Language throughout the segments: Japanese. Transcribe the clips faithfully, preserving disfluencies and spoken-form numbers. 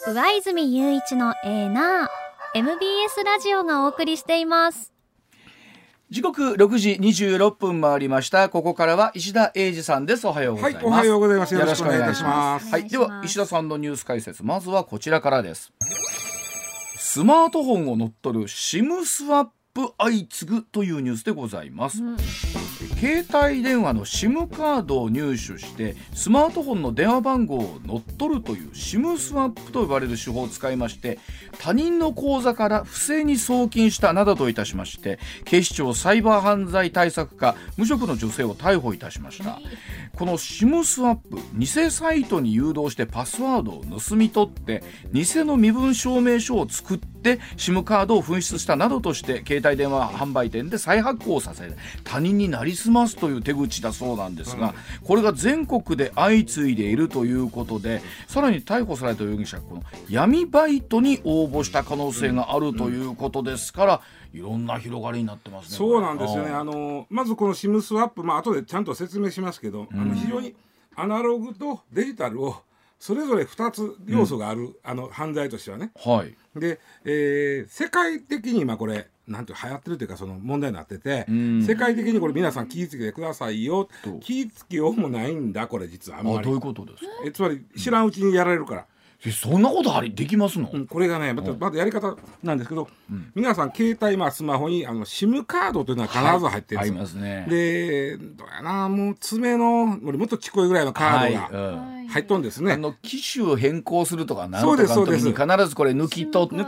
上泉雄一のエーナー エムビーエス ラジオがお送りしています。 時刻ろくじにじゅうろっぷん回りました。ここからは石田英二さんです。おはようございます。 はい、おはようございます。よろしくお願いいたします。 はい、では石田さんのニュース解説、まずはこちらからです。スマートフォンを乗っ取る SIM スワップ相次ぐというニュースでございます、うん、携帯電話の SIM カードを入手してスマートフォンの電話番号を乗っ取るという SIM スワップと呼ばれる手法を使いまして、他人の口座から不正に送金したなどといたしまして、警視庁サイバー犯罪対策課無職の女性を逮捕いたしました。この SIM スワップ、偽サイトに誘導してパスワードを盗み取って偽の身分証明書を作って SIM カードを紛失したなどとして、携帯電話販売店で再発行させる、他人になりすますという手口だそうなんですが、うん、これが全国で相次いでいるということで、さらに逮捕された容疑者はこの闇バイトに応募した可能性があるということですから、いろんな広がりになってますね。 そうなんですよね。あのまずこの SIM スワップ、まあ後でちゃんと説明しますけど、うん、あの非常にアナログとデジタルをそれぞれふたつ要素がある、うん、あの犯罪としてはね、 はい、 で、えー、世界的に今これなんて流行ってるというか、その問題になってて、うん、世界的にこれ皆さん気ぃつけてくださいよ。気ぃつけようもないんだこれ、実はあんまり。 あ、どういうことですか？ えつまり知らんうちにやられるから、 うん、そんなことありできますの？ うん、これがねまた、またやり方なんですけど、うん、皆さん携帯、まあ、スマホにあの SIM カードというのは必ず入ってるんですよ、はい、ありますね。でどうやな、もう爪のもっとちっこいぐらいのカードが、はい、入っとんですね。 あの機種を変更するとかなんとかの時に必ずこれ抜き取って、 抜き取って、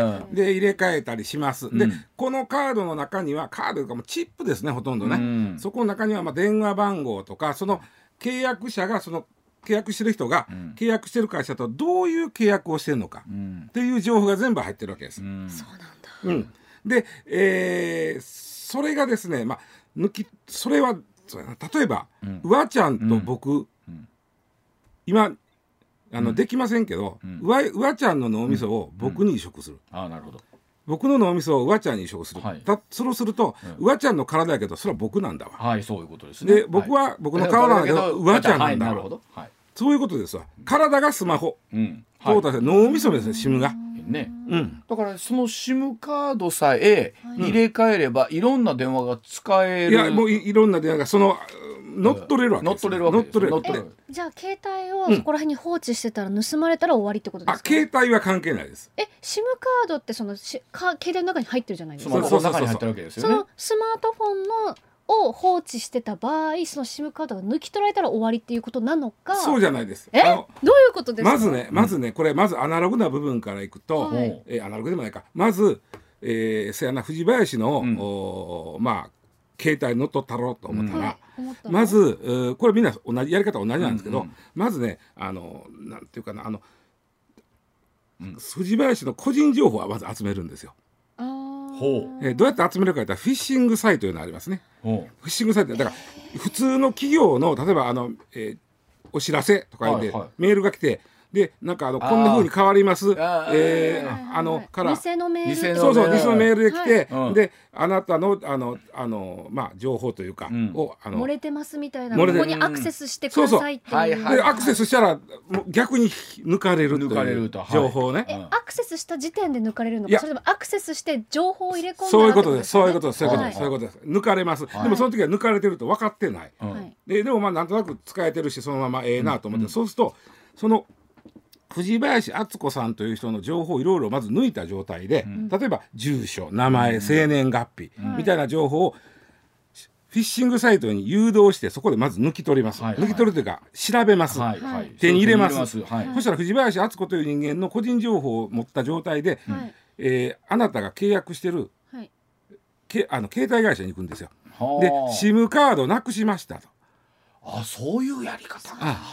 うん、で入れ替えたりします、うん、でこのカードの中にはカードとかもチップですね、ほとんどね、うん、そこの中にはまあ電話番号とか、その契約者がその契約してる人が、うん、契約してる会社とどういう契約をしてるのか、うん、っていう情報が全部入ってるわけです、うん、 そうなんだ、 うん、で、えー、それがですね、まあ、抜きそれは例えば、うん、うわちゃんと僕、うんうん、今あの、うん、できませんけど、うん、うわ、うわちゃんの脳みそを僕に移植する、 うんうん、あ、なるほど。 僕の脳みそをうわちゃんに移植する、はい、だそうすると、うん、うわちゃんの体だけどそれは僕なんだわ。 はい、そういうことですね。 で僕は、はい、僕の体なんだけどうわちゃんなんだわ、はい、なるほど、はい、そういうことですわ。体がスマホ、うん、はい、そう脳みそですね、SIM がね、うん、だからその SIM カードさえ入れ替えれば、はい、いろんな電話が使える。 いやもう い, いろんな電話がその乗っ取れるわけです。 乗っ取れるわけです。乗っ取れる。 じゃあ携帯をそこら辺に放置してたら盗まれたら終わりってことですか？ あ、携帯は関係ないです。 え、SIM カードってそのしか携帯の中に入ってるじゃないですか。 スマホの中に入ってるわけですよね。 そのスマートフォンのを放置してた場合、その SIM カードが抜き取られたら終わりっていうことなのか。 そうじゃないです。 え、どういうことですか？ まずね、まずね、これまずアナログな部分からいくと、はい、えアナログでもないか。まず、えー、せやな藤林の、うん、おまあ携帯乗っ取ったろうと思ったら、うん、まずこれみんな同じやり方同じなんですけど、うんうん、まずね、あのなんていうかな、あの、うん、藤林の個人情報はまず集めるんですよ。 あほう、えー、どうやって集めるかというとフィッシングサイトというのがありますね。フィッシングサイトだから普通の企業の例えばあの、えー、お知らせとかで、はいはい、メールが来て、でなんかあのこんな風に変わります、あ、えー、あのから偽のメール、 そうそう偽のメールで来て、はい、であなたのあのあのまあ情報というか、うん、をあの漏れてますみたいな、ここにアクセスしてくださいっていう、 そうそう、はいはいはい、でアクセスしたら逆に抜かれるという情報ね、 はい、えアクセスした時点で抜かれるのか、それともアクセスして情報を入れ込んだら、 そういうことです、そういうことです、そういうことです、そういうことです、抜かれます、はい、でもその時は抜かれてると分かってない、はい、で, でもまあなんとなく使えてるしそのままええなと思って、うん、そうするとその藤林敦子さんという人の情報をいろいろまず抜いた状態で、うん、例えば住所、名前、うん、生年月日、うん、みたいな情報をフィッシングサイトに誘導してそこでまず抜き取ります、はいはい、抜き取るというか調べます、はいはい、手に入れます、はい、そしたら藤林敦子という人間の個人情報を持った状態で、はい、えー、あなたが契約してる、はい、けあの携帯会社に行くんですよ。で SIM カードなくしましたと。 あ、そういうやり方。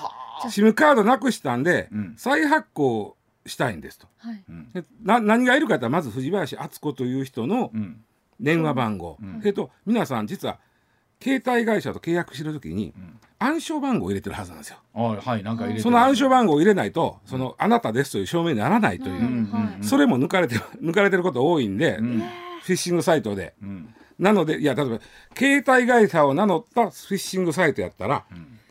SIM カードなくしたんで、うん、再発行したいんですと、はい、でな何がいるかというとまず藤林敦子という人の電話番号、うん、それと皆さん実は携帯会社と契約してる時に、うん、暗証番号を入れてるはずなんですよ。 はい、なんか入れてる。 その暗証番号を入れないと、そのあなたですという証明にならないという、うん、それも抜かれて抜かれてること多いんで、うん、フィッシングサイトで、うん、なのでいや例えば携帯会社を名乗ったフィッシングサイトやったら、うん、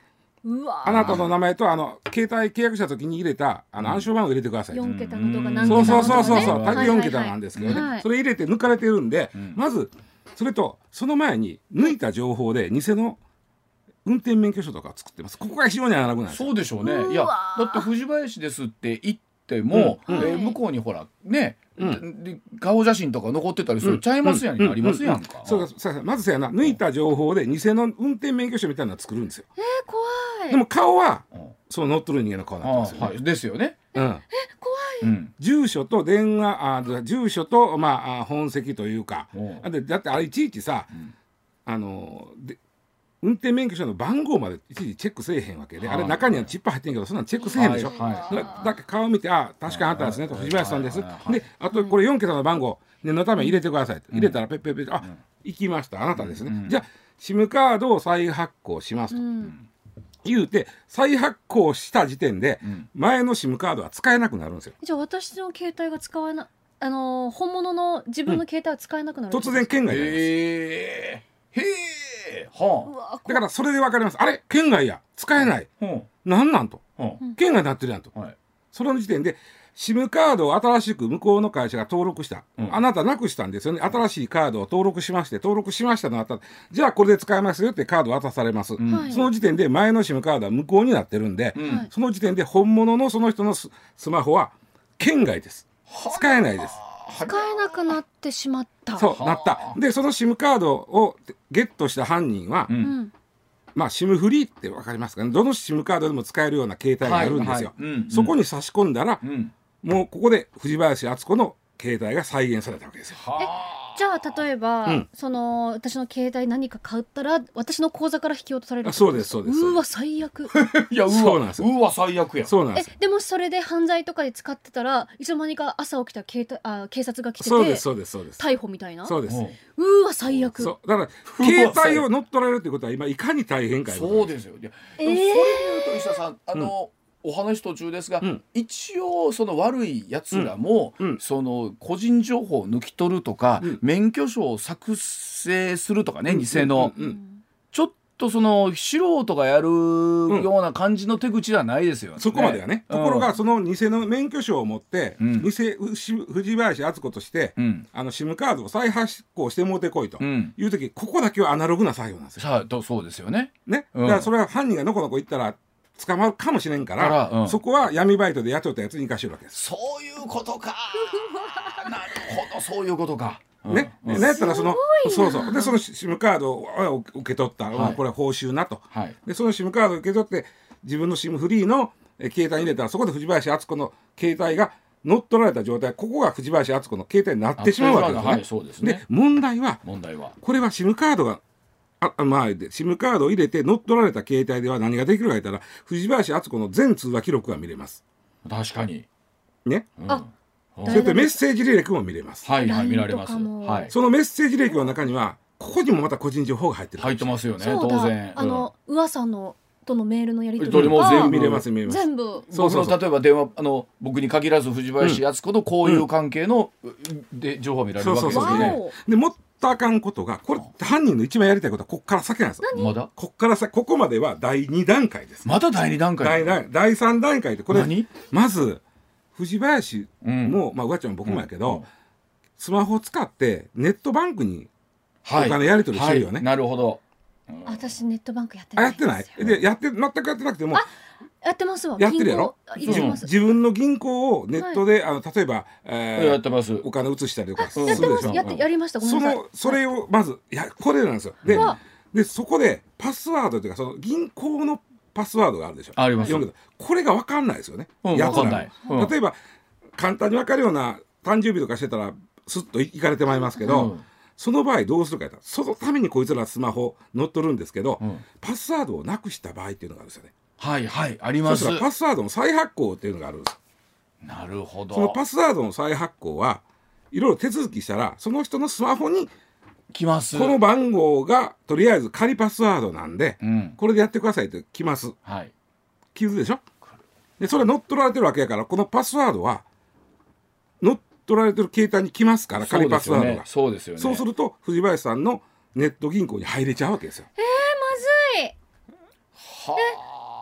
うわあなたの名前とあの携帯契約した時に入れたあの暗証番号入れてください、 よんけたのとか何そう桁のとかねそうそうそうそう、 はいはいはいよんけたなんですけどね、 はいそれ入れて抜かれてるんで、 うんまずそれとその前に抜いた情報で偽の運転免許証とかを作ってます。ここが非常に荒くないですか。 そうでしょうね。 うわいやだって藤林ですって言っても、 うんえーはい向こうにほらね、 うんで顔写真とか残ってたりする、ちゃいますやんになりますやんか。 そうかそうかまずそうやな、抜いた情報で偽の運転免許証みたいなのを作るんですよ。 えー、怖いでも顔はうんその乗っ取る人間の顔になってますよね、 あはいですよね。 うん、 怖いうん。 住所と電話あ住所と、まあ、あ本籍というかうんだってだってあれいちいちさ、 んあので運転免許証の番号までいちいちチェックせえへんわけで、 はいあれ中にはチップ入ってんけどそんなんチェックせえへんでしょ、 はいはいだだけ顔見てあ確かあなたですねとはい藤林さんです、 はいはいであとこれよんけたの番号念のため入れてくださいと、入れたらペッペッペッあ、行きましたあなたですね、 うんじゃあ SIM カードを再発行しますと、 うん言うて再発行した時点でん前の SIM カードは使えなくなるんですよ。 じゃあ私の携帯が使わなあのー本物の自分の携帯は使えなくなる、 突然県外になります。 へえ。へえ。 うはわだからそれで分かります。あれ県外や使えないあ。うんなんなんとうん県外になってるやんと、 はい。 その時点で SIM カードを新しく向こうの会社が登録した、 うんあなたなくしたんですよね。新しいカードを登録しまして登録しましたのあったじゃあこれで使えますよってカード渡されます、 んはいその時点で前の SIM カードは無効になってるんで、 うんはいその時点で本物のその人のス、スマホは県外です使えないです。 使えなくなってしまったそうなったでその SIM カードをゲットした犯人は、 うんうんまあ SIM フリーって分かりますかね。どの SIM カードでも使えるような携帯があるんですよ、 はいはいうんうんそこに差し込んだら、 うん。 もうここで藤林敦子の携帯が再現されたわけですよ。 はあ。 じゃあ例えば、 うんその私の携帯何か買ったら私の口座から引き落とされるってあそうことですそうですうわ最悪いやうわそうなんですようわ最悪や。 えそうなんですよ。 でもそれで犯罪とかで使ってたらいつの間にか朝起きたら携帯あ警察が来ててそうですそうですそうです逮捕みたいなそうです。 うんうわ最悪そうだから携帯を乗っ取られるってことは今いかに大変かいうことそうですよ。いやえーでもそれで言うと石田さんあの、お話途中ですが、 うん一応その悪いやつらも、 うんうんその個人情報を抜き取るとか、 うん免許証を作成するとかね、 うん偽の、 うんうんちょっとその素人がやるような感じの手口ではないですよね。 そこまではね、ところうんがその偽の免許証を持って、 うん偽藤藤林敦子として、 うんあの SIM カードを再発行してもうてこいとうんいう時、ここだけはアナログな作業なんですよ。 さあとそうですよね。 ね、 うんだからそれは犯人がのこのこ行ったら捕まるかもしれんから、 からうんそこは闇バイトで雇ったやつに行かしてるわけです。 そういうことか。なるほどそういうことか。 ね、 うんなんやったらそのそうそうでその SIM カードを受け取った、 はいこれは報酬なとはい。 でその SIM カードを受け取って自分の SIM フリーのえ携帯に入れたらそこで藤林敦子の携帯が乗っ取られた状態ここが藤林敦子の携帯になってしまうわけですよね。 はいそうですね。 で問題は問題は。 これは SIM カードがああまあで SIM カードを入れて乗っ取られた携帯では何ができるか言ったら藤林敦子の全通話記録が見れます。 確かに。 ね、 うんあそれとメッセージ履歴も見れます。 はいはいライン見られます。 とかもはい。 そのメッセージ履歴の中にはここにもまた個人情報が入ってる。 入ってますよねそうだ当然。 あの、噂のとのメールのやり取どれもりとか全部見れます見れます。 全部そうそうそう僕の例えば電話あの僕に限らず藤林敦子の交友関係の、で情報を見られるわけですよね。 そうそうそうわでもっとあかんことがこれ犯人の一番やりたいことはここから先なんですよ。 まだこっから先ここまではだいに段階です。 まだ第二段階。 だいだいさん段階ってこれ何まず藤林うんも、まあうわちゃんも僕もやけど、 うんうんスマホを使ってネットバンクにはいお金やり取りしてるよねはいなるほど。 私ネットバンクやってあないやってないでやって全くやってなくてもやってますわやってるやろ銀行あ入れてます自分の銀行をネットで、あの例えば、えーやってます。 お金移したりとかするやってまでしょすやってやりましたごめんそなさいのそれをまずいやこれなんですよ。でうわでそこでパスワードというかその銀行のパスワードがあるでしょ。 ありますよんけどこれが分かんないですよね。 うんやつら分かんないうん例えば簡単に分かるような誕生日とかしてたらスッといかれてまいりますけど、 うんその場合どうするかとそのためにこいつらスマホ乗っ取るんですけど、 うんパスワードをなくした場合っていうのがあるんですよね。 はいはいありますそした。らパスワードの再発行っていうのがあるんですよ。 なるほど。 そのパスワードの再発行はいろいろ手続きしたらその人のスマホに来ます。 この番号がとりあえず仮パスワードなんで、 うんこれでやってくださいって来ます。 はい。 気づくでしょ。でそれ乗っ取られてるわけやからこのパスワードは乗っ取られてる携帯に来ますから仮パスワードがそうですよね。 そうすると藤林さんのネット銀行に入れちゃうわけですよ。 えー、まずいは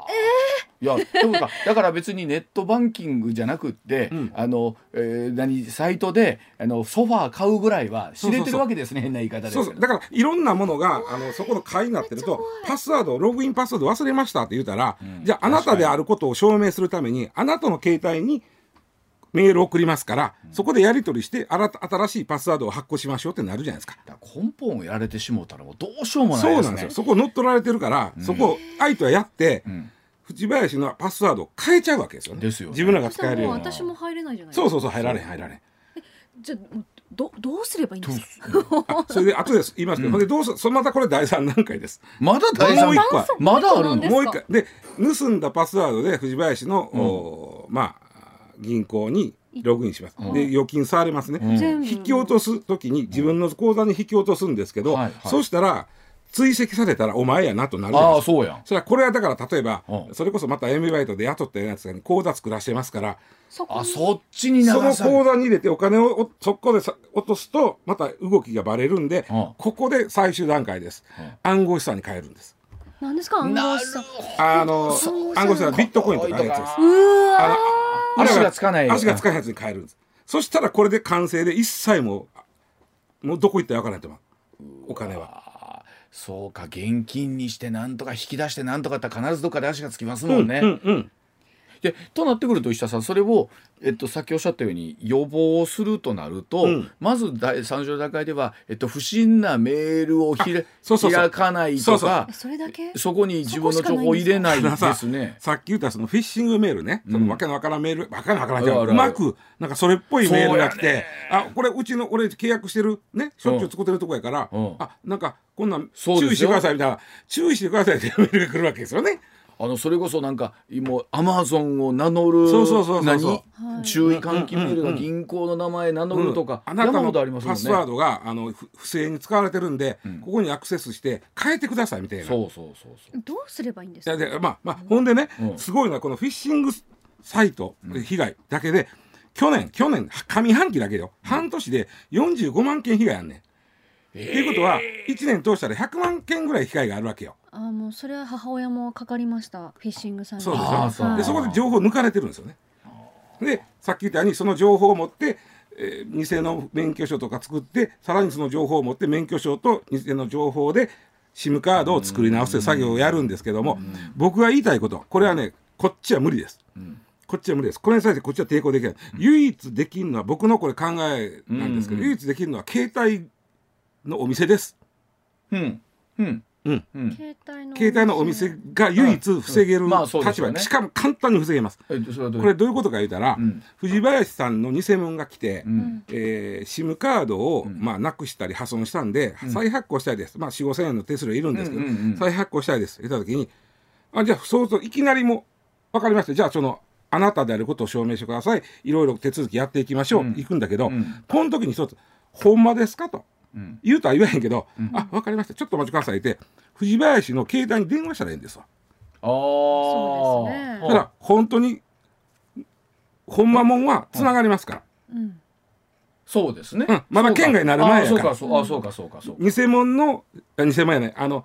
いやそうかだから別にネットバンキングじゃなくって、うん、あの、えー、何サイトであのソファー買うぐらいは知れてるわけですね。変な言い方ですけど。 そうそうだからいろんなものがあのそこの会になってるとパスワードログインパスワード忘れましたって言ったら、うん、じゃああなたであることを証明するためにあなたの携帯にメールを送りますから、うん、そこでやり取りして新しいパスワードを発行しましょうってなるじゃないですか。 だから根本をやられてしもうたらもうどうしようもないですね。 そうなんですよ。そこ乗っ取られてるから、うん、そこを相手はやって、うん、藤林のパスワードを変えちゃうわけですよね。 ですよね。 自分らが使えるように。 私も入れないじゃないですか。 そうそうそう入られへん入られへん。 じゃあどどうすればいいんですか。それで後で言いますけど、うん、でどうすそまたこれだいさん段階です。 まだだいさんもう一個はまだあるの。 もう一回で盗んだパスワードで藤林の、うん、まあ銀行にログインします、うん、で預金触れますね、うん、引き落とす時に自分の口座に引き落とすんですけど、うんはいはい、そうしたら追跡されたらお前やなとなるじゃないですか。 あそうやん。 それはこれはだから例えば、うん、それこそまた闇バイトで雇ったやつに口座作らしてますからそあそっちに流されるその口座に入れてお金をそこで落とすとまた動きがバレるんで、うん、ここで最終段階です、うん、暗号資産に変えるんです。 何ですか暗号資産。 あの暗号資産はビットコインとかのやつです。 うわ足がつかない足がつかないやつに変えるんです。そしたらこれで完成で一切もうもうどこ行ったら分からないと思うお金は。 そうか現金にしてなんとか引き出してなんとかって必ずどっかで足がつきますもんね。 うんうんうんでとなってくると石田さんそれを、えっと、さっきおっしゃったように予防するとなると、うん、まず第三条段階では、えっと、不審なメールをひれそうそうそう開かないとかそれだけそこに自分の情報を入れないですね。 さっき言ったそのフィッシングメールね、うん、そのわけのわからんメールわけのわからんけどうまくなんかそれっぽいメールが来て、あこれうちの俺契約してるねしょっちゅう使ってるとこやから、うん、あなんかこんなん注意してくださいみたいな注意してくださいってメールが来るわけですよね。 あのそれこそなんかもうアマゾンを名乗る何注意喚起メールが銀行の名前名乗るとか、 うん、あなたのパスワードがあの不正に使われてるんで、うん、ここにアクセスして変えてくださいみたいな。 そうそうそうそうどうすればいいんですか。 で、まあまあ、ほんでね、うん、すごいのはこのフィッシングサイト被害だけで、うん、去年去年上半期だけよ、うん、半年でよんじゅうごまんけん被害あんねん。っていうことはいちねん通したらひゃくまんけんぐらい被害があるわけよ。 あもうそれは母親もかかりましたフィッシングさんに。 そうですよ。そうでそこで情報抜かれてるんですよね。でさっき言ったようにその情報を持って、えー、偽の免許証とか作ってさらにその情報を持って免許証と偽の情報で SIM カードを作り直す作業をやるんですけども、僕が言いたいことこれはねこっちは無理です。こっちは無理です。これに対してこっちは抵抗できない。唯一できるのは僕のこれ考えなんですけど、唯一できるのは携帯のお店です。 うんうんうんうん、携帯の携帯のお店が唯一防げる立場、しかも簡単に防げます。これどういうことか言うたら、うん、藤林さんの偽物が来て、うんえー、SIM カードを、うんまあ、なくしたり破損したんで、うん、再発行したいです、まあ、よん、ごせんえんの手数料いるんですけど、うんうんうん、再発行したいです言った時にあじゃあそうするといきなりも分かりましたじゃあそのあなたであることを証明してくださいいろいろ手続きやっていきましょう、うん、行くんだけど、うん、この時に一つほんまですかとうん、言うとは言わへんけど、うん、あ分かりましたちょっとお待ちくださいって藤林の携帯に電話したらいいんですわ。 あそうですね。 だから本当にほんまもんはつながりますから、 うん、そうですね、 うん、まだ県外になる前やからそうかそうかそうかそうか偽物の偽物やねあの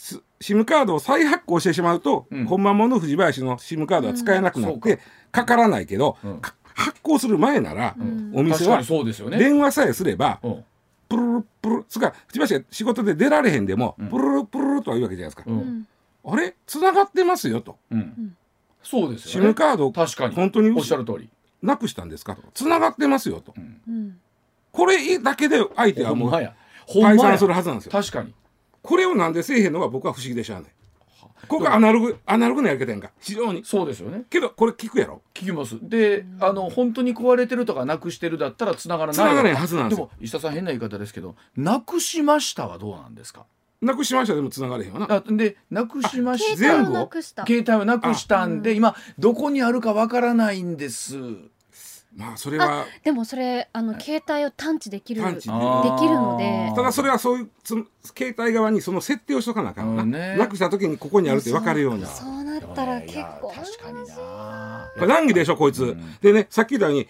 SIM カードを再発行してしまうと、うん、ほんまもんの藤林の SIM カードは使えなくなって、うん、かからないけど、うん、発行する前なら、うん、お店は電話さえすれば、うんプルルプルつか藤林が仕事で出られへんでも、うん、プルルプルルとは言うわけじゃないですか、うん、あれ繋がってますよと、うん、 そうですよね SIM カード確かに本当におっしゃる通りなくしたんですかと繋がってますよと、うん、これだけで相手はもう解散するはずなんですよ。 確かにこれをなんでせえへんのが僕は不思議でしゃあない。ここがアナログアナログなやり方やんか非常にそうですよね。 けどこれ聞くやろ聞きますであの本当に壊れてるとかなくしてるだったら繋がらない繋がらないはずなんですよ。 でも石田さん変な言い方ですけどなくしましたはどうなんですか。 なくしましたでも繋がれへんわな。 でなくしました全部を携帯をなくしたんで、うん、今どこにあるかわからないんです。 まあそれはでもそれあの携帯を探知できるできるのでただそれはそういう携帯側にその設定をしとかなあかんな、ね、なくした時にここにあるって分かるようなそう、そうなったら結構確かになこれ難儀でしょこいつ、うん、でねさっき言ったように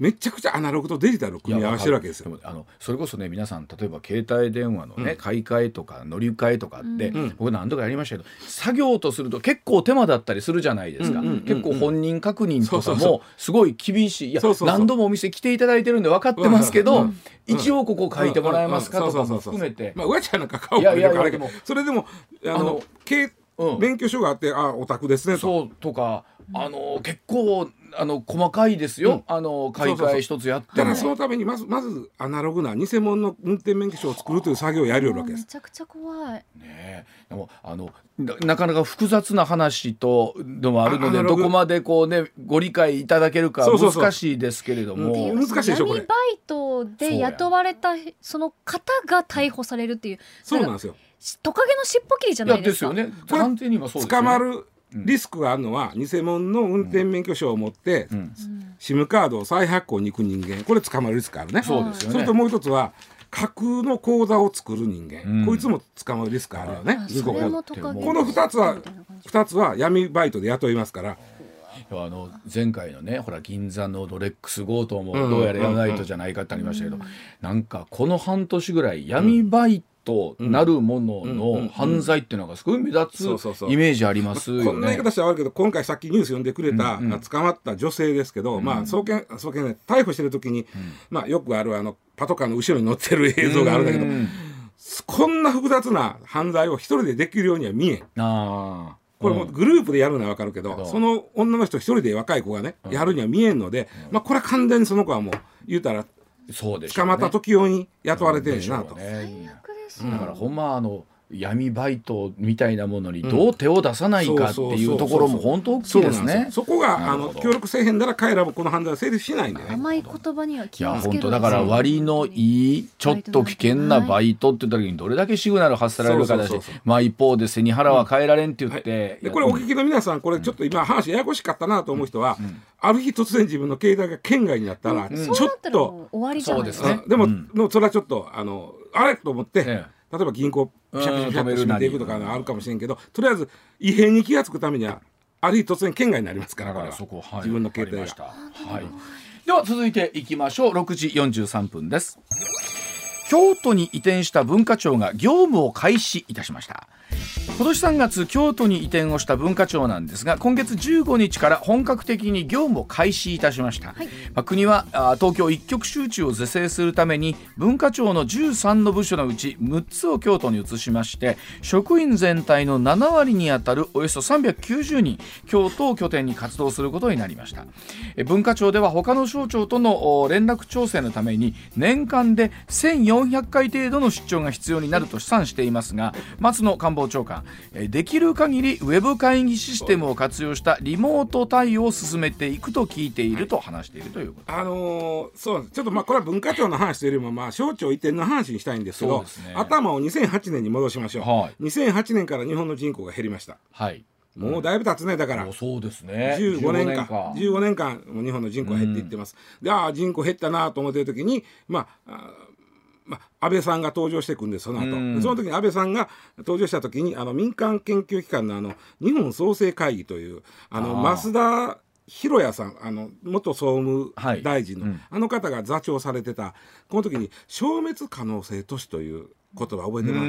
めちゃくちゃアナログとデジタルを組み合わせてるわけですよ。 でもあのそれこそね皆さん例えば携帯電話のね、うん、買い替えとか乗り換えとかって、うん、僕何度かやりましたけど作業とすると結構手間だったりするじゃないですか、うんうんうんうん、結構本人確認とかもすごい厳しい。いやそうそうそう何度もお店来ていただいてるんで分かってますけど、うんうん、一応ここ書いてもらえますかとかも含めてまあ上ちゃんなんか買おうかねからけどそれでもあのあのうん、免許証があってあお宅ですねとそうとかあの結構あの細かいですよ、うん、あの買い替え一つやってもだからそのためにまずまずアナログな偽物の運転免許証を作るという作業をやるわけです。 めちゃくちゃ怖い、 ね、でもあの な, なかなか複雑な話とのもあるのでどこまでこう、ね、ご理解いただけるか難しいですけれどもそうそうそう難しいでしょこれ。 闇バイトで雇われたその方が逮捕されるっていう、 そうなんですよ。 トカゲの尻尾切りじゃないですか。 いやですよね。完全にはそうですよね。 捕まるリスクがあるのは、うん、偽物の運転免許証を持って、うん、SIM カードを再発行に行く人間これ捕まるリスクあるね。 そうですよね。 それともう一つは架空の口座を作る人間、うん、こいつも捕まるリスクあるよね。 それもトカゲこのふたつはふたつは闇バイトで雇いますから。 あの前回のねほら銀座のロレックス強盗もどうやらやらないとじゃないかってありましたけど、うんうんうん、なんかこの半年ぐらい闇バイトなるものの犯罪っていうのがすごい目立つイメージありますよね。 こんな言い方したらあるけど今回さっきニュース読んでくれた、うんうん、捕まった女性ですけど、うんまあ、送検送検、ね、逮捕してる時に、うんまあ、よくあるあのパトカーの後ろに乗ってる映像があるんだけど、うん、こんな複雑な犯罪を一人でできるようには見えん。あこれもグループでやるのは分かるけど、うん、その女の人一人で若い子がね、うん、やるには見えんので、うんまあ、これは完全にその子はもう言うたらそうでしょうね、捕まった時用に雇われてるんやなと。 最悪ですね。 だからほんまあの闇バイトみたいなものにどう手を出さないかっていうところも本当大きいですね。 そこがあの協力せえへんだら彼らもこの犯罪は成立しないんでね。 甘い言葉には気をつける。いや本当だから割のいいちょっと危険なバイトって言った時にどれだけシグナル発せられるかだし、まあ一方で背に腹は変えられんって言って、うんはい、 でこれお聞きの皆さんこれちょっと今話ややこしかったなと思う人は、うん、ある日突然自分の携帯が圏外になったら、うん、ちょっと終わりじゃないですか。 そうですね。 でも、うん、もうそれはちょっとあのあれと思って。ええ例えば銀行ピシャピシャピシャッと閉めていくとかあるかもしれんけどとりあえず異変に気がつくためにはある日突然圏外になりますから、からそこ、はい、自分の携帯が、 はい、では続いていきましょう。ろくじよんじゅうさんぷんです。京都に移転した文化庁が業務を開始いたしました。今年さんがつ京都に移転をした文化庁なんですが今月じゅうごにちから本格的に業務を開始いたしました、はいまあ、国はあ東京一極集中を是正するために文化庁のじゅうさんの部署のうちむっつを京都に移しまして職員全体のななわりにあたるおよそさんびゃくきゅうじゅうにん京都を拠点に活動することになりました。え文化庁では他の省庁との連絡調整のために年間でせんよんひゃっかい程度の出張が必要になると試算していますが松野官房長官できる限りウェブ会議システムを活用したリモート対応を進めていくと聞いていると話しているということ、 あのー、そうちょっとまあこれは文化庁の話というよりもまあ省庁移転の話にしたいんですけど、ね、頭をにせんはちねんに戻しましょう、はい、にせんはちねんから日本の人口が減りました、はい、もうだいぶ経つね。だからそうですねじゅうごねんかんじゅうごねんかん日本の人口が減っていってます、うん、でああ人口減ったなと思っている時にまあまあ、安倍さんが登場してくるんですその後、うん、その時に安倍さんが登場した時にあの民間研究機関のあの日本創生会議というあの増田博也さんあの元総務大臣の、はいうん、あの方が座長されてたこの時に消滅可能性都市という言葉覚えてます、うん、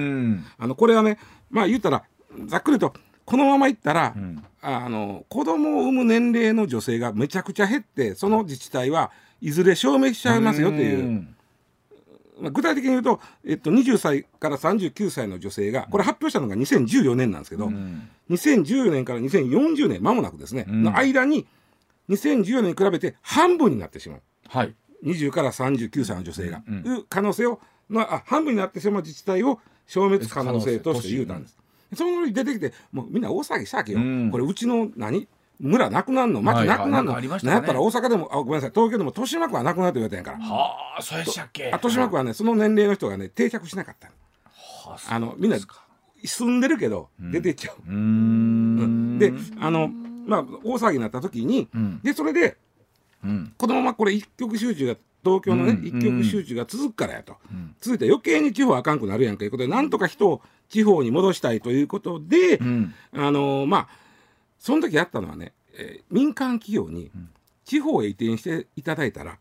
あのこれはねまあ言ったらざっくりとこのままいったら、うん、あの子供を産む年齢の女性がめちゃくちゃ減ってその自治体はいずれ消滅しちゃいますよという、うんまあ、具体的に言うと、えっと、にじゅっさいからさんじゅうきゅうさいの女性がこれ発表したのがにせんじゅうよねんなんですけど、うん、にせんじゅうよねんからにせんよんじゅうねん間もなくですね、うん、の間ににせんじゅうよねんに比べて半分になってしまう、はい、にじゅうからさんじゅうきゅうさいの女性が、うん、いう可能性を、まあ、あ半分になってしまう自治体を消滅可能性として言うたんです。その時出てきてもうみんな大騒ぎしたわけよ、うん、これうちの何村なくなるの町なくなるの、はいはい、なんやったら大阪でもあごめんなさい東京でも豊島区はなくなると言われたんやから、 はあそうでしたっけ。 あ豊島区はねその年齢の人がね定着しなかったの、はあ、あのみんな住んでるけど出てっちゃう、うんうん、であのまあ大騒ぎになった時に、うん、でそれで、うん、このままこれ一極集中が東京のね、うん、一極集中が続くからやと、うん、続いて余計に地方あかんくなるやんかということでなんとか人を地方に戻したいということで、うん、あのまあその時やったのはね、えー、民間企業に地方へ移転していただいたら、うん、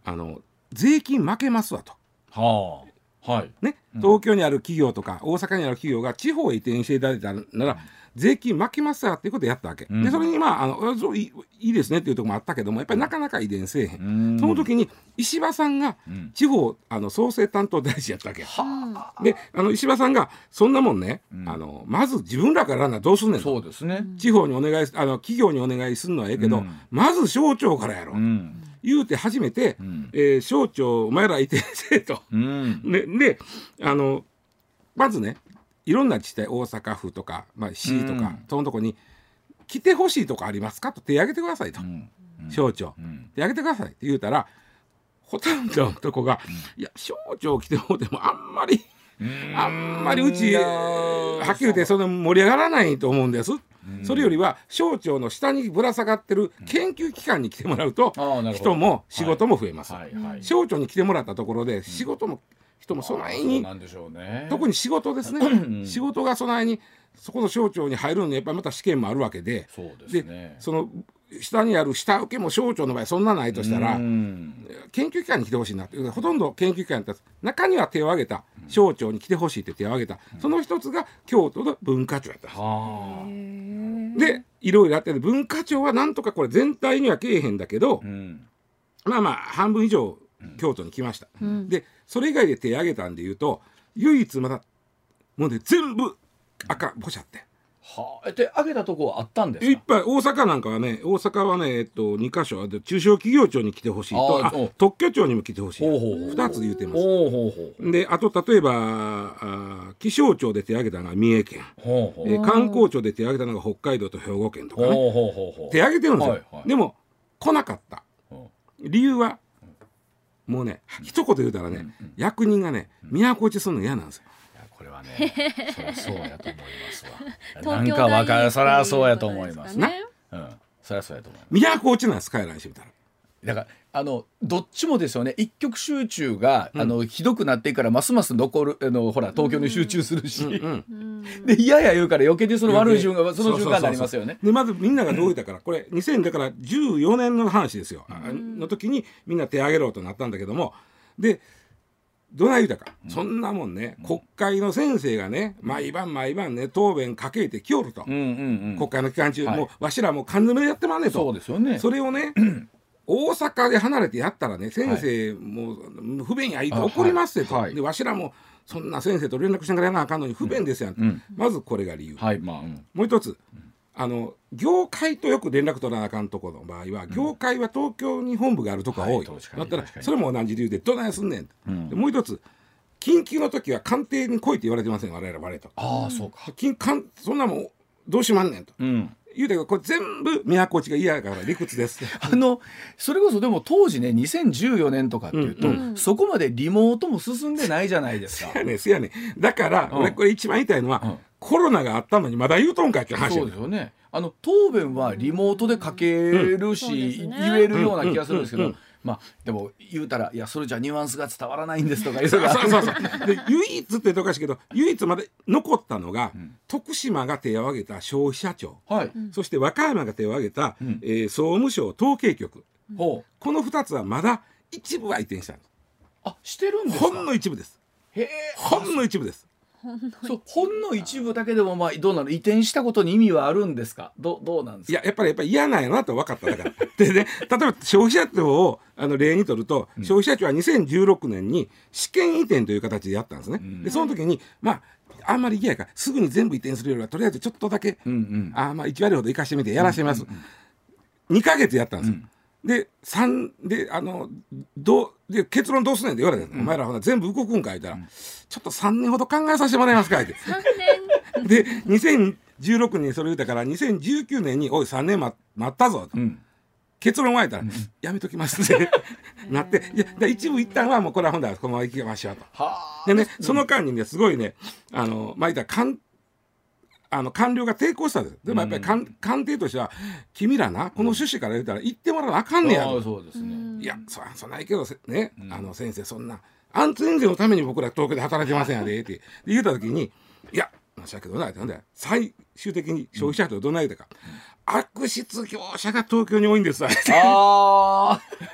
あの税金負けますわと。 はあ、はいね、東京にある企業とか大阪にある企業が地方へ移転していただいたなら、うん、税金負けますわっていうことでやったわけ、うん、でそれにまあ、あのいい、いいですねっていうところもあったけどもやっぱりなかなか移転せえへん、うん、その時に石破さんが地方あの創生担当大臣やったわけ、うん、であの石破さんがそんなもんね、うん、あのまず自分らからなどうすんねんと。 そうですね、 地方にお願いあの企業にお願いするのはええけど、うん、まず省庁からやろ、うん言うて初めて、うんえー、省庁お前ら移転せえと、うん、で, であのまずねいろんな自治体大阪府とか、まあ、市とか、うん、そのとこに来てほしいとこありますかと手挙げてくださいと、うんうん、省庁、うん、手挙げてくださいって言うたらほとんどのとこが、うん、いや省庁来てもでもあんまりあんまりうちはっきり言ってその盛り上がらないと思うんです。それよりは省庁の下にぶら下がってる研究機関に来てもらうと人も仕事も増えます、はいはいはい、省庁に来てもらったところで仕事も人もそないに、ね、特に仕事ですね仕事がそないにそこの省庁に入るのにやっぱりまた試験もあるわけで、 そうですね、 でその下にある下請けも省庁の場合そんなないとしたら研究機関に来てほしいなってほとんど研究機関だった中には手を挙げた省庁に来てほしいって手を挙げた、うん、その一つが京都の文化庁やったんです。でいろいろやってる文化庁はなんとかこれ全体には来えへんだけど、うん、まあまあ半分以上京都に来ました、うん、でそれ以外で手を挙げたんでいうと唯一まだもうね全部赤ぼちゃってはあ、で挙げたとこはあったんですか。 いっぱい大阪なんかはね大阪はね、えっと、にか所あ中小企業庁に来てほしいとあ特許庁にも来てほしいふたつ言うてます。ほうほうほうであと例えばあ気象庁で手挙げたのが三重県ほうほうえ観光庁で手挙げたのが北海道と兵庫県とかねほうほうほうほう手挙げてるんですよ、はいはい、でも来なかった理由はもうね一言言うたらね、うんうん、役人がね都落ちするの嫌なんですよ。 これはね、そりゃそうやと思いますわ。なんかわかる、そりゃそうやと思います。な、うん、そりゃそうやと思います。 都落ちなんですか、来週見たら。 だからあのどっちもですよね。一極集中が、うん、あのひどくなっていからますます残るあのほら東京に集中するし、うんうん、でいやいや言うから余計にその悪い循環その循環になりますよね。 でまずみんながどう言ったからこれにせんだからじゅうよねんの話ですよ。うん、の時にみんな手挙げろとなったんだけどもで。どない言うたか、うん、そんなもんね、うん、国会の先生がね毎晩毎晩ね答弁かけてきよると、うんうんうん、国会の期間中、はい、もうわしらもう缶詰でやってまんねんと。 そうですよね。 それをね大阪で離れてやったらね先生もう不便やいと怒りますってと、はい、でわしらもそんな先生と連絡しながらやらなあかんのに不便ですやん、うん、まずこれが理由、はいまあうん、もう一つあの業界とよく連絡取らなあかんところの場合は、うん、業界は東京に本部があるとこが多い、はい、だったらそれも同じ理由でどないすんねん、うん、でもう一つ緊急の時は官邸に来いって言われてません我々我々と。 ああそうかかんそんなもんどうしまんねんと、うん、言うてこれ全部都落ちが嫌やから理屈ですあのそれこそでも当時ねにせんじゅうよねんとかっていうと、うんうん、そこまでリモートも進んでないじゃないですか。 せやねんせやねんだから、うん、俺これ一番言いたいのは、うん、コロナがあったのにまだ言うとんかって話。 そうですよね。あの答弁はリモートで書けるし、うんね、言えるような気がするんですけど、うんうんうんうんまあ、でも言うたらいやそれじゃニュアンスが伝わらないんですとかいうのがそうそうそうで唯一っておかしいけど唯一まで残ったのが、うん、徳島が手を挙げた消費者庁、はい、そして和歌山が手を挙げた、うんえー、総務省統計局、うん、このふたつはまだ一部は移転したんです。 あしてるんですか。 ほんの一部です。へーほんの一部です。 そうほんの一部だけでもまあどうなの移転したことに意味はあるんですか。 ど, どうなんですか。 いややっぱりやっぱり嫌なんやなと分かっただからでね例えば消費者庁をあの例にとると、うん、消費者庁はにせんじゅうろくねんに試験移転という形でやったんですね、うん、でその時にまああんまり嫌やからすぐに全部移転するよりはとりあえずちょっとだけ、うんうん、あまあいち割ほど生かしてみてやらしてみます、うんうんうん、にかげつやったんですよ、うんでさんであのどで結論どうすんねんって言われて、うん、お前らほな全部動くんか言ったら、うん、ちょっとさんねんほど考えさせてもらいますかってさんねんでにせんじゅうろくねんにそれ言ったからにせんじゅうきゅうねんにおいさんねん 待, 待ったぞと、うん、結論湧いたら、うん、やめときますってなっていや一部一旦はもうこれはほんだらこのまま行きましょうとでねその間にねすごいねあのまあ言ったら官あの官僚が抵抗したんです。でもやっぱり官、うん、官邸としては君らなこの趣旨から言ったら言ってもらわなあかんねやと、 うん、そうですね、 いや そ, そんないけどね、うん、あの先生そんな安全性のために僕ら東京で働いてませんやでって言った時にいや申し訳ないなんだよ最終的に消費者庁どないだか、うん、悪質業者が東京に多いんですわあ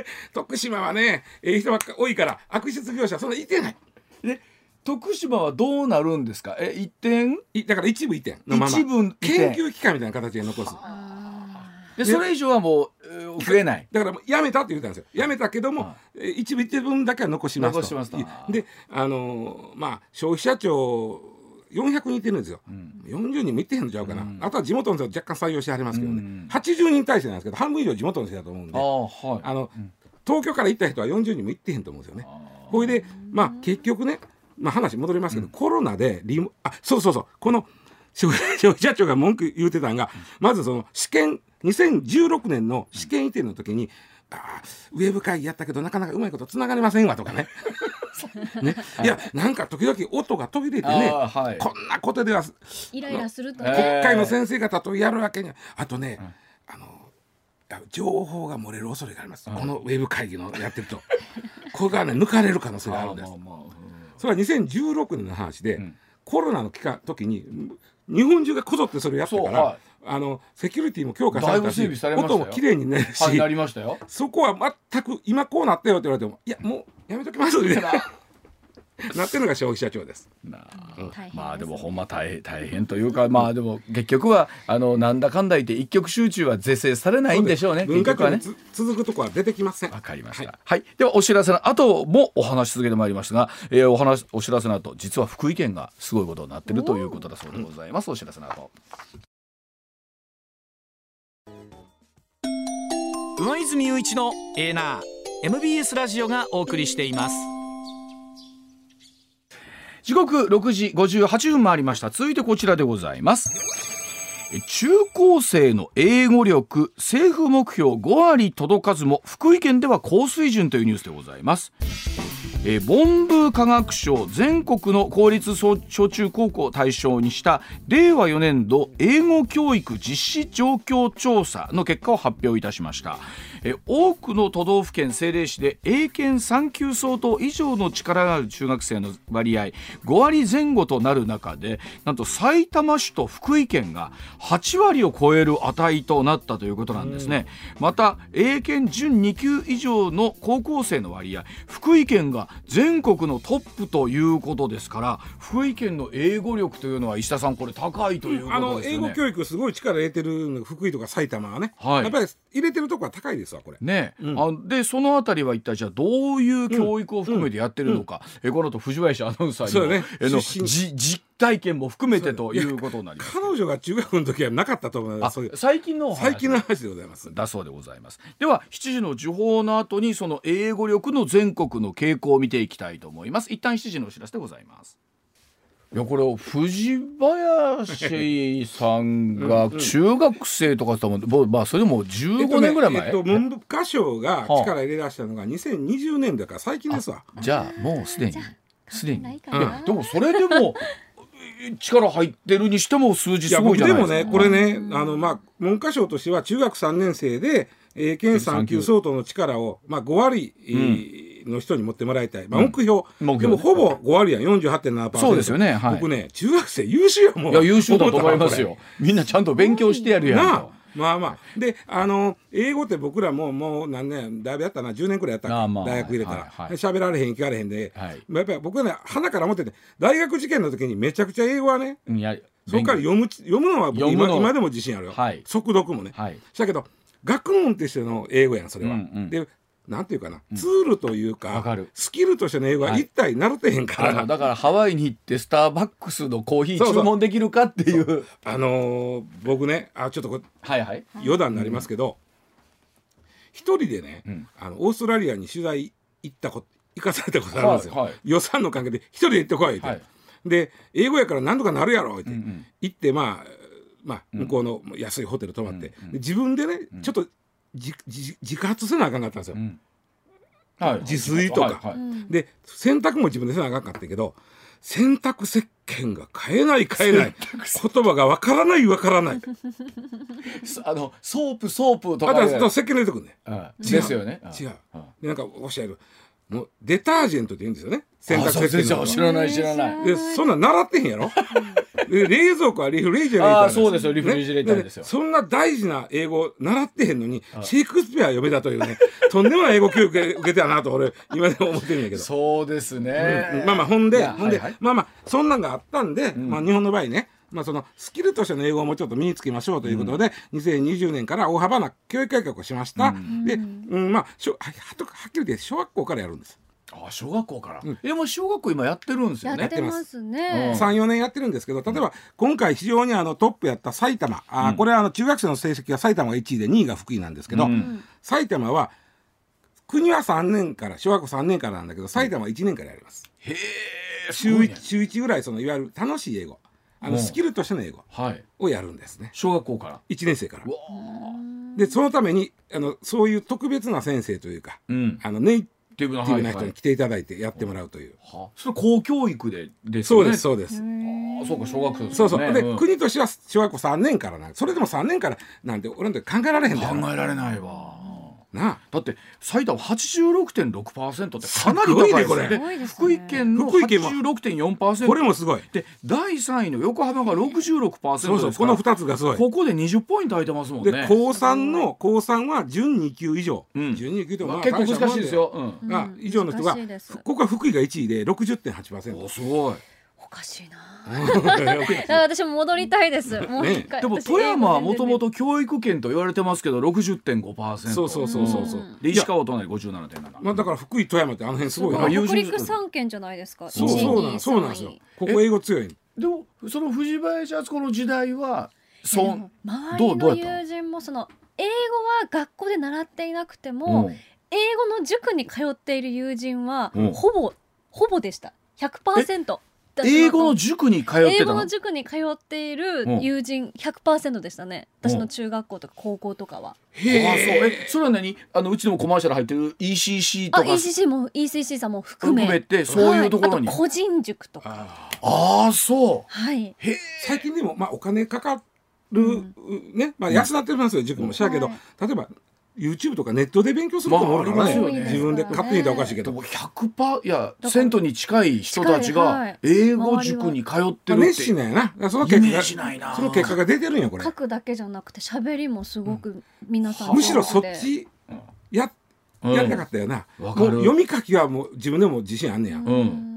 で徳島はねええ人ばっか多いから悪質業者そんないてない。 で徳島はどうなるんですか。え移転だから一部移転のまま一部移転研究機関みたいな形で残す。 でそれ以上はもう増えない。 だからもうやめたって言ったんですよ。やめたけども、はい、一部一分だけは残しますと。 残しますと。 であのー、まあ消費者庁よんひゃくにんいてるんですよ、うん、よんじゅうにんもいってへんのちゃうかな、うん、あとは地元の人若干採用してはりますけどね、うん、はちじゅうにん体制なんですけど半分以上地元の人だと思うんで、あ、はい、あの、うん、東京から行った人はよんじゅうにんもいってへんと思うんですよね。これでまあ結局ね、まあ、話戻りますけど、うん、コロナでリモあそうそうそうこの消費者庁が文句言うてたのが、まずその試験にせんじゅうろくねんの試験移転の時に、あウェブ会議やったけどなかなかうまいことつながりませんわとかねね、いやなんか時々音が途切れてね、はい、こんなことではイライラするとね、国会の先生方とやるわけにはあとね、うん、あの情報が漏れる恐れがあります、うん、このウェブ会議のやってるとこれがね抜かれる可能性があるんです。まあまあうん、それはにせんじゅうろくねんの話で、うん、コロナの期間時に日本中がこぞってそれやったから、はい、あのセキュリティも強化されたし音もきれいになるし、 はい、なりましたよ。 そこは全く今こうなったよって言われてもいやもうやめときますみたいななってるのが消費者庁です。なうん、まあでもほんま大変大変というか、まあでも結局はあのなんだかんだ言って一極集中は是正されないんでしょうね。 文化庁に続くとこは出てきません。 わかりました、はいはい、ではお知らせの後もお話し続けてまいりましたが、えー、お話お知らせの後実は福井県がすごいことになっているということだそうでございます。お知らせの後上泉雄一のエーナー エムビーエス ラジオがお送りしています。 時刻ろくじごじゅうはちふん回りました。続いてこちらでございます。中高生の英語力政府目標ごわり届かずも福井県では高水準というニュースでございます。え文部科学省全国の公立小中高校を対象にしたれいわよねんど英語教育実施状況調査の結果を発表いたしました。え多くの都道府県政令市で英検さん級相当以上の力がある中学生の割合ごわりぜん後となる中で、なんと埼玉市と福井県がはちわりを超える値となったということなんですね。また英検準に級以上の高校生の割合福井県が全国のトップということですから、福井県の英語力というのは石田さんこれ高いということですよね。あの英語教育すごい力入れてるの福井とか埼玉はね、はい、やっぱり入れてるところは高いですわこれね、うん、あでそのあたりは一体じゃあどういう教育を含めてやってるのか、うんうん、えこの後藤林アナウンサーにも、ね、えのじ実体験も含めてということになります。 彼女が中学の時はなかったと思います。そういう最近の最近の話でございますだそうでございます。ではしちじの時報の後にその英語力の全国の傾向を見ていきたいと思います。一旦しちじのお知らせでございます。いやこれ藤林さんが中学生とかと思って、うん、まあそれでもじゅうごねんぐらい前、 えっとねえっと、文部科省が力入れ出したのがにせんにじゅうねんだから最近ですわ。 じゃあもうすでにすでにいやでもそれでも力入ってるにしても数字すごいじゃないですか。 いや僕でもねこれねあの、まあ、文科省としては中学さんねん生で英検さん級相当の力を、まあ、ごわり、うん、の人に持ってもらいたい、まあ、目標、うん、でもほぼごわりや よんじゅうはちてんななパーセントそうですよね、はい、 僕ね中学生優秀やもん。 いや優秀だと思いますよ。みんなちゃんと勉強してやるやんと。 まあまあであの英語って僕らももう何年だいぶやったなじゅうねんくらいやったか、まあ、大学入れたら喋、はいはい、られへん聞かれへんで、はい、やっぱり僕はね鼻から持ってて大学受験の時にめちゃくちゃ英語はねいやそこから読む読むのは僕 今, 今でも自信あるよ、はい、速読もね、はい、だけど学問としての英語やんそれは、うんうん、でなんていうかな、うん、ツールというかスキルとしての英語は一体なるてへんから、 はい、だからハワイに行ってスターバックスのコーヒー注文できるかっていう、そうそうあのー、僕ねあちょっとこれ、はいはい、余談になりますけど、うん、一人でね、うん、あのオーストラリアに取材行ったこと行かされたことあるんですよ、はいはい、予算の関係で一人で行ってこいって、はい、で英語やから何とかなるやろって、うんうん、行ってまあまあ、向こうの安いホテル泊まって、うん、で自分でね、うん、ちょっと自, 自, 自活せなあかんかったんですよ、うんはい、自炊とか、はいはい、で洗濯も自分でせなあかんかったけど洗濯石鹸が買えない買えない言葉がわからないわからないあのソープソープとかあと石鹸入れてくんね、 うん、ですよね違う、うん、でなんかおっしゃるもうデタージェントって言うんですよね。洗濯石鹸のこと。 知らない知らない。 でそんなん習ってへんやろ。で冷蔵庫はリフレジュレーターああそうですよ、リフレジュレーターですよ、 ね、そんな大事な英語習ってへんのにシェイクスピア読めたというねとんでもない英語教育受けたなと俺今でも思ってるんだけど。 そうですね、 うん、まあまあほんでほんで、 はいはい、 まあまあそんなんがあったんで、 うん、 まあ日本の場合ね、まあ、そのスキルとしての英語をもうちょっと身につけましょうということで、うん、にせんにじゅうねんから大幅な教育改革をしました、うん、で、うん、まあしょ は, はっきり言って小学校からやるんです。 あ小学校から、うん、でも小学校今やってるんですよね。 やってますね。 さん、よねんやってるんですけど、例えば今回非常にあのトップやった埼玉、うん、あこれはあの中学生の成績は埼玉がいちいでにいが福井なんですけど、うん、埼玉は国はさんねんから小学校さんねんからなんだけど埼玉はいちねんからやります。 へえ、 週いち、週いちぐらいそのいわゆる楽しい英語、あのスキルとしての英語をやるんですね、 はい、小学校からいちねん生から。でそのためにあのそういう特別な先生というか、うん、あのネイティブな人に来ていただいてやってもらうという、 はあ、それ公教育でですよね。そうですそうです。 あそうか小学生ですね。 そうそうで、うん、国としては小学校さんねんからなんそれでもさんねんからなんて俺なんて考えられへんだよ。 考えられないわなあ。 だって埼玉 はちじゅうろくてんろくパーセント ってかなり高いですね。で福井県の はちじゅうろくてんよんパーセントこれもすごいでだいさんいの横浜が ろくじゅうろくパーセント ですから、 そうそうこのふたつがすごい。 ここでにじゅっポイント空いてますもんね。 で高さんの高さんは準に級以上、うん、準に級でもまあ結構難しいですよ、 うん、あ以上の人がここは福井がいちいで ろくじゅってんはちパーセント。 おすごい。 おかしいな私も戻りたいです。もう一回、ね、 でも富山はもともと教育圏と言われてますけど ろくじゅってんごパーセント。 そうそうそうそう、うん、で石川お隣 ごじゅうななてんなな、 まあ、だから福井富山ってあの辺すごいな。 北陸さん県じゃないですか。 そうそうなんそうなんですよ。ここ英語強い。 でもその藤林敦子の時代はそう周りの友人もその英語は学校で習っていなくても、うん、英語の塾に通っている友人は、うん、ほぼほぼでした。 ひゃくパーセント。 英語の塾に通ってたの？ 英語の塾に通っている友人 ひゃくパーセント でしたね、うん、私の中学校とか高校とかは。 へえ、そ, それは何あのうちでもコマーシャル入ってる イーシーシー とか。 あ イーシーシー も イーシーシー さんも含め含めてそういうところに、 はい、あと個人塾とか。 ああそう、 はい、 へ最近でも、まあ、お金かかる、うん、ね、まあ、安なってますよ、うん、塾もしやけど、はい、例えばYouTube とかネットで勉強すると思うからね、まあね、自分で勝手に言ったらおかしいけどひゃくパーセント いやセントに近い人たちが英語塾に通ってるって、 熱心なんやな。その結果がその結果が出てるんよこれ。 書くだけじゃなくて喋りもすごく皆さん、うん、 むしろそっちややりたかったよな、うん、もう読み書きはもう自分でも自信あんねや、うん、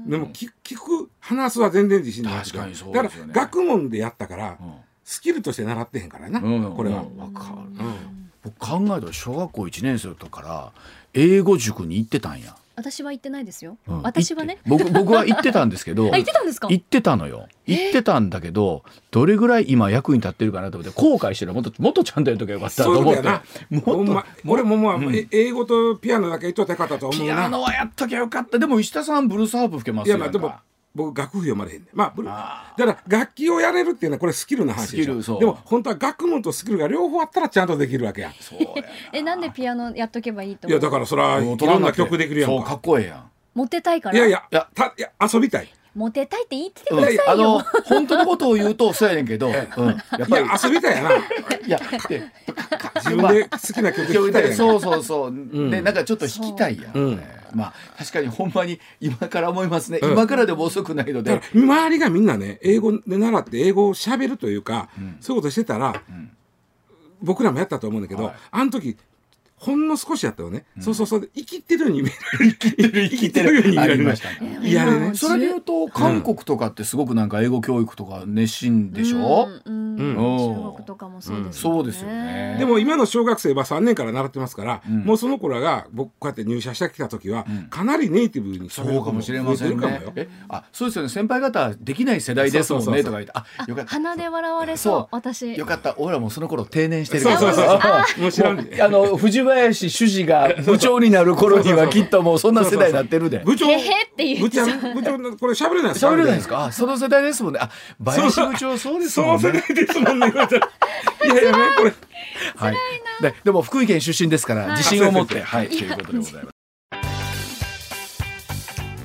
でも聞く話すは全然自信ない。 確かにそうですよね。だから学問でやったから、うん、スキルとして習ってへんからな、うん、これは、 うん、分かる、うん僕考えたら小学校いちねん生から英語塾に行ってたんや。 私は行ってないですよ、うん、私はね僕, 僕は行ってたんですけどあ行ってたんですか。 行ってたのよ。行ってたんだけどどれぐらい今役に立ってるかなと思って後悔してる。もっともっとちゃんとやるときゃよかったと思って。 もっと、ま、俺ももう、うん、英語とピアノだけ言っとったらよかったと思うな。 ピアノはやっときゃよかった。でも石田さんブルースハープ吹けますよ。いやまあでも僕楽譜読まれへんねん。まあブルあだから楽器をやれるっていうのはこれスキルの話でしょ。そうでも本当は学問とスキルが両方あったらちゃんとできるわけや。 そうやえなんでピアノやっとけばいいと思う。 いやだからそれはいろんな曲できるやんか。 そうかっこええやん。 モテたいから。 いやいやいやたいや遊びたい。 モテたいって言っててくださいよ。 あの本当のことを言うとそうやねんけど、うん、やっぱり遊びたいやな。いや自分で好きな曲聴きたいやん。 そうそうそう、うん、でなんかちょっと弾きたいやん、うん、まあ確かにほんまに今から思いますね、うん、今からでも遅くないので。 周りがみんなね英語で習って英語を喋るというか、うん、そういうことしてたら、うん、僕らもやったと思うんだけど、はい、あの時ほんの少しやったよね、うん、そうそうそう生きてるように見える生きてる生きてるように見える。 いやね。 それで言うと韓国とかってすごくなんか英語教育とか熱心でしょ、うんうんうん、中国とかもそうですよね、うん、 そうですよね。 でも今の小学生はさんねんから習ってますから、うん、もうその頃が僕こうやって入社してきた時は、うん、かなりネイティブに喋るかもしれませんね。えあそうですよね。先輩方できない世代ですもんねとか言ってあよかった。 鼻で笑われそう私よかった。俺らもその頃定年してるから。そうそうそうもう知らんであの藤林主事が部長になる頃にはきっともうそんな世代になってるで。 部長へへって言部長部長これ喋れないですか。 喋れないですか。あその世代ですもんね。あ林部長そうですもんね。 その世代ですもんね。いやいやねこれはい。ででも福井県出身ですから自信を持ってはいということでございます。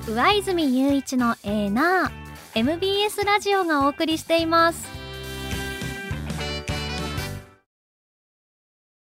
上泉雄一のエーナー エムビーエス ラジオがお送りしています。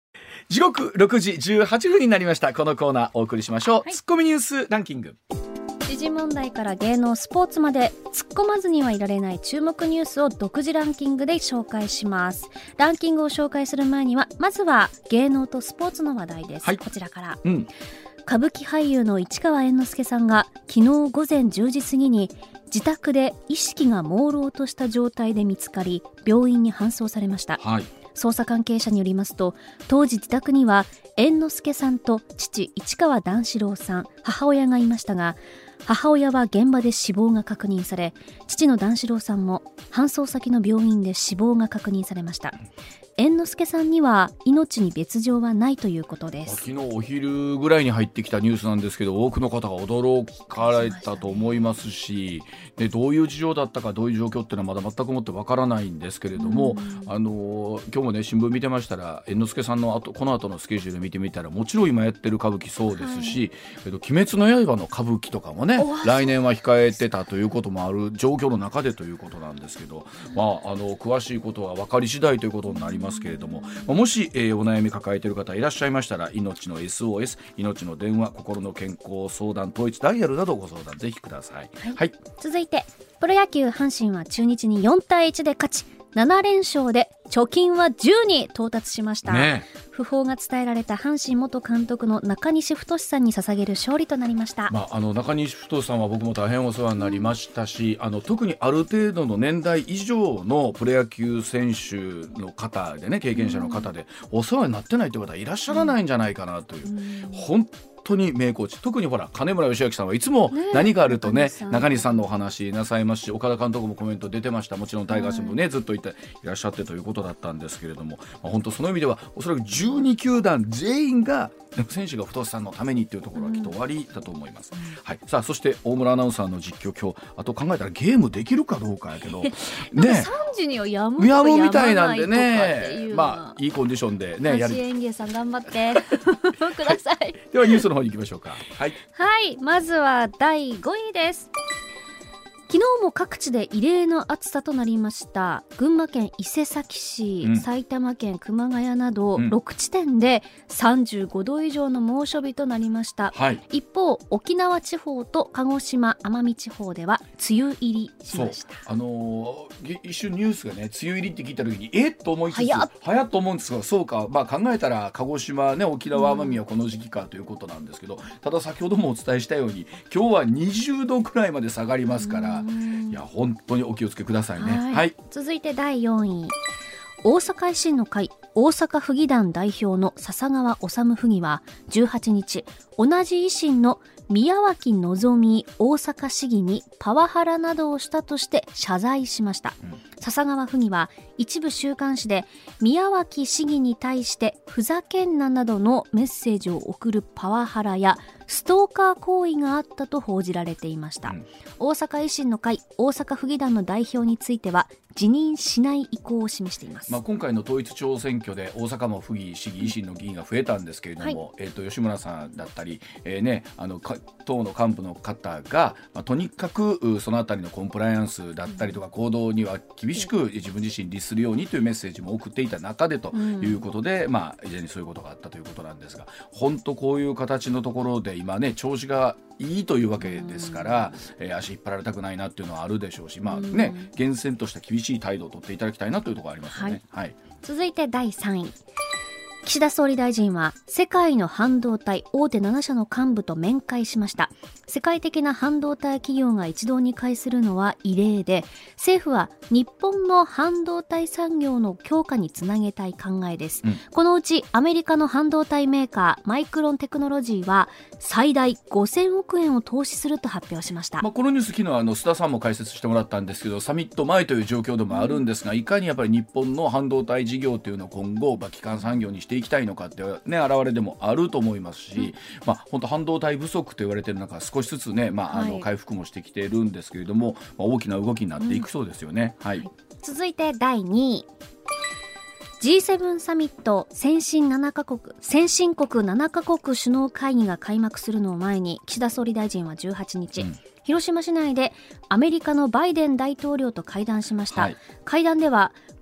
時刻ろくじじゅうはっぷんになりました。このコーナーお送りしましょう、はい、ツッコミニュースランキング。 時事問題から芸能スポーツまで突っ込まずにはいられない注目ニュースを独自ランキングで紹介します。ランキングを紹介する前にはまずは芸能とスポーツの話題です、はい、こちらから、うん、歌舞伎俳優の市川猿之助さんが昨日午前じゅうじ過ぎに自宅で意識が朦朧とした状態で見つかり病院に搬送されました、はい、捜査関係者によりますと当時自宅には猿之助さんと父市川段四郎さん、母親がいましたが母親は現場で死亡が確認され父の段四郎さんも搬送先の病院で死亡が確認されました。猿之助さんには命に別状はないということです。 昨日お昼ぐらいに入ってきたニュースなんですけど多くの方が驚かれたと思いますし、でどういう事情だったかどういう状況っていうのはまだ全くもってわからないんですけれども、あの今日もね新聞見てましたら猿之助さんの後この後のスケジュール見てみたらもちろん今やってる歌舞伎そうですし、はい、えっと、鬼滅の刃の歌舞伎とかもね来年は控えてたということもある状況の中でということなんですけど、まあ、あの詳しいことは分かり次第ということになりますけれども、もし、えー、お悩み抱えている方いらっしゃいましたら命の エスオーエス 命の電話心の健康相談統一ダイヤルなどご相談ぜひください、 はいはい、続いてプロ野球阪神は中日によんたいいちで勝ちななれんしょうで貯金はじゅうに到達しました、ね、訃報が伝えられた阪神元監督の中西太さんに捧げる勝利となりました、 まあ、あの中西太さんは僕も大変お世話になりましたし、あの特にある程度の年代以上のプロ野球選手の方でね経験者の方でお世話になってないという方はいらっしゃらないんじゃないかなという、うん、本当に名コーチ、特にほら金村義明さんはいつも何かあると ね, ね中西さんのお話なさいますし、岡田監督もコメント出てました。もちろんタイガースもね、はい、ずっといていらっしゃってということだったんですけれども、まあ、本当その意味ではおそらくじゅうにきゅうだん全員が選手が太さんのためにっていうところはきっと終わりだと思います、うん、はい、さあそして大村アナウンサーの実況、今日あと考えたらゲームできるかどうかやけどねさんじにはやむやむみたいなんでね、まあいいコンディションでねやり園芸さん頑張ってください、はい、 ではニュースの方に行きましょうか。はい、 はい、まずはだいごいです。昨日も各地で異例の暑さとなりました。群馬県伊勢崎市、うん、埼玉県熊谷などろくちてんでさんじゅうごど以上の猛暑日となりました、はい、一方沖縄地方と鹿児島奄美地方では梅雨入りしました。 あのー、一瞬ニュースがね梅雨入りって聞いた時にえっと思いつつ早っ早っと思うんですが、そうか、まあ、考えたら鹿児島、ね、沖縄奄美はこの時期かということなんですけど、うん、ただ先ほどもお伝えしたように今日はにじゅうどくらいまで下がりますから、いや本当にお気をつけくださいね。はいはい、 続いてだいよんい、大阪維新の会大阪府議団代表の笹川治府議はじゅうはちにち同じ維新の宮脇希大阪市議にパワハラなどをしたとして謝罪しました、うん、笹川府議は一部週刊誌で宮脇市議に対してふざけんななどのメッセージを送るパワハラやストーカー行為があったと報じられていました、うん、大阪維新の会大阪府議団の代表については辞任しない意向を示しています、 まあ、今回の統一地方選挙で大阪も府議市議維新の議員が増えたんですけれども、はい、えー、と吉村さんだったり、えーね、あの党の幹部の方が、まあ、とにかくそのあたりのコンプライアンスだったりとか行動には厳しく自分自身律するようにというメッセージも送っていた中でということで、うん、まあ、以前にそういうことがあったということなんですが、本当こういう形のところで今ね調子がいいというわけですから、うん、えー、足引っ張られたくないなっていうのはあるでしょうし、まあね、うん、厳選とした厳しい態度を取っていただきたいなというところがありますよね、はいはい、 続いてだいさんい、岸田総理大臣は世界の半導体大手ななしゃの幹部と面会しました。世界的な半導体企業が一堂に会するのは異例で、政府は日本の半導体産業の強化につなげたい考えです、うん、このうちアメリカの半導体メーカーマイクロンテクノロジーは最大ごせんおくえんを投資すると発表しました、 まあ、このニュース昨日あの須田さんも解説してもらったんですけど、サミット前という状況でもあるんですが、いかにやっぱり日本の半導体事業というのを今後、まあ、基幹産業にしていきたいのかっていう、ね、表れでもあると思いますし、うん、まあ、本当半導体不足と言われている中少しずつね、まあ、あの回復もしてきているんですけれども、まあ、大きな動きになっていくそうですよね、うん、はい、 続いてだいにい、ジーセブン サミット先進ななカ国先進国ななカ国首脳会議が開幕するのを前に岸田総理大臣はじゅうはちにち、うん、広島市内でアメリカのバイデン大統領と会談しました、はい、会談では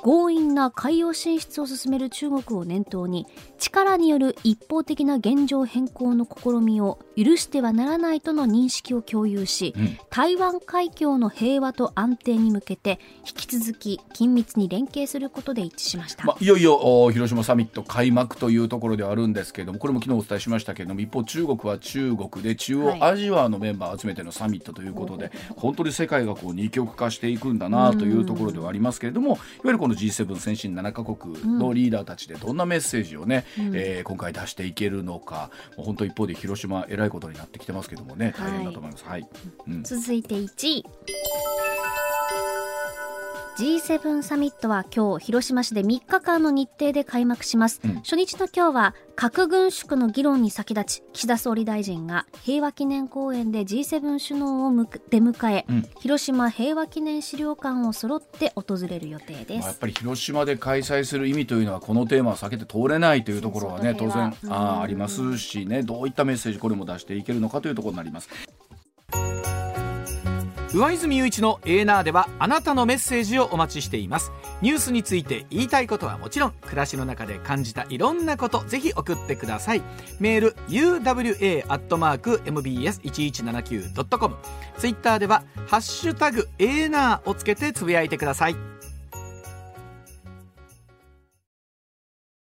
強引な海洋進出を進める中国を念頭に、力による一方的な現状変更の試みを許してはならないとの認識を共有し、うん、台湾海峡の平和と安定に向けて引き続き緊密に連携することで一致しました。 まあ、いよいよ広島サミット開幕というところではあるんですけれども、これも昨日お伝えしましたけれども、一方中国は中国で中央アジアのメンバーを集めてのサミットということで、はい、本当に世界がこう二極化していくんだなというところではありますけれども、いわゆるこの ジーセブン 先進ななカ国のリーダーたちでどんなメッセージをね、うんえー、今回出していけるのか、本当一方で広島えらいことになってきてますけどもね、大変だと思います。はいうん、 続いていちい、ジーセブン サミットは今日広島市でみっかかんの日程で開幕します、うん、初日の今日は核軍縮の議論に先立ち、岸田総理大臣が平和記念公園で ジーセブン 首脳を出迎え、うん、広島平和記念資料館を揃って訪れる予定です。 まあ、やっぱり広島で開催する意味というのはこのテーマを避けて通れないというところはね当然あ, ありますしね、どういったメッセージこれも出していけるのかというところになります。 上泉雄一のエーナーではあなたのメッセージをお待ちしています。ニュースについて言いたいことはもちろん、暮らしの中で感じたいろんなこと、ぜひ送ってください。メール ユーダブリューエー アットマーク エムビーエスいちいちななきゅう ドットコム、 ツイッターではハッシュタグエーナーをつけてつぶやいてください。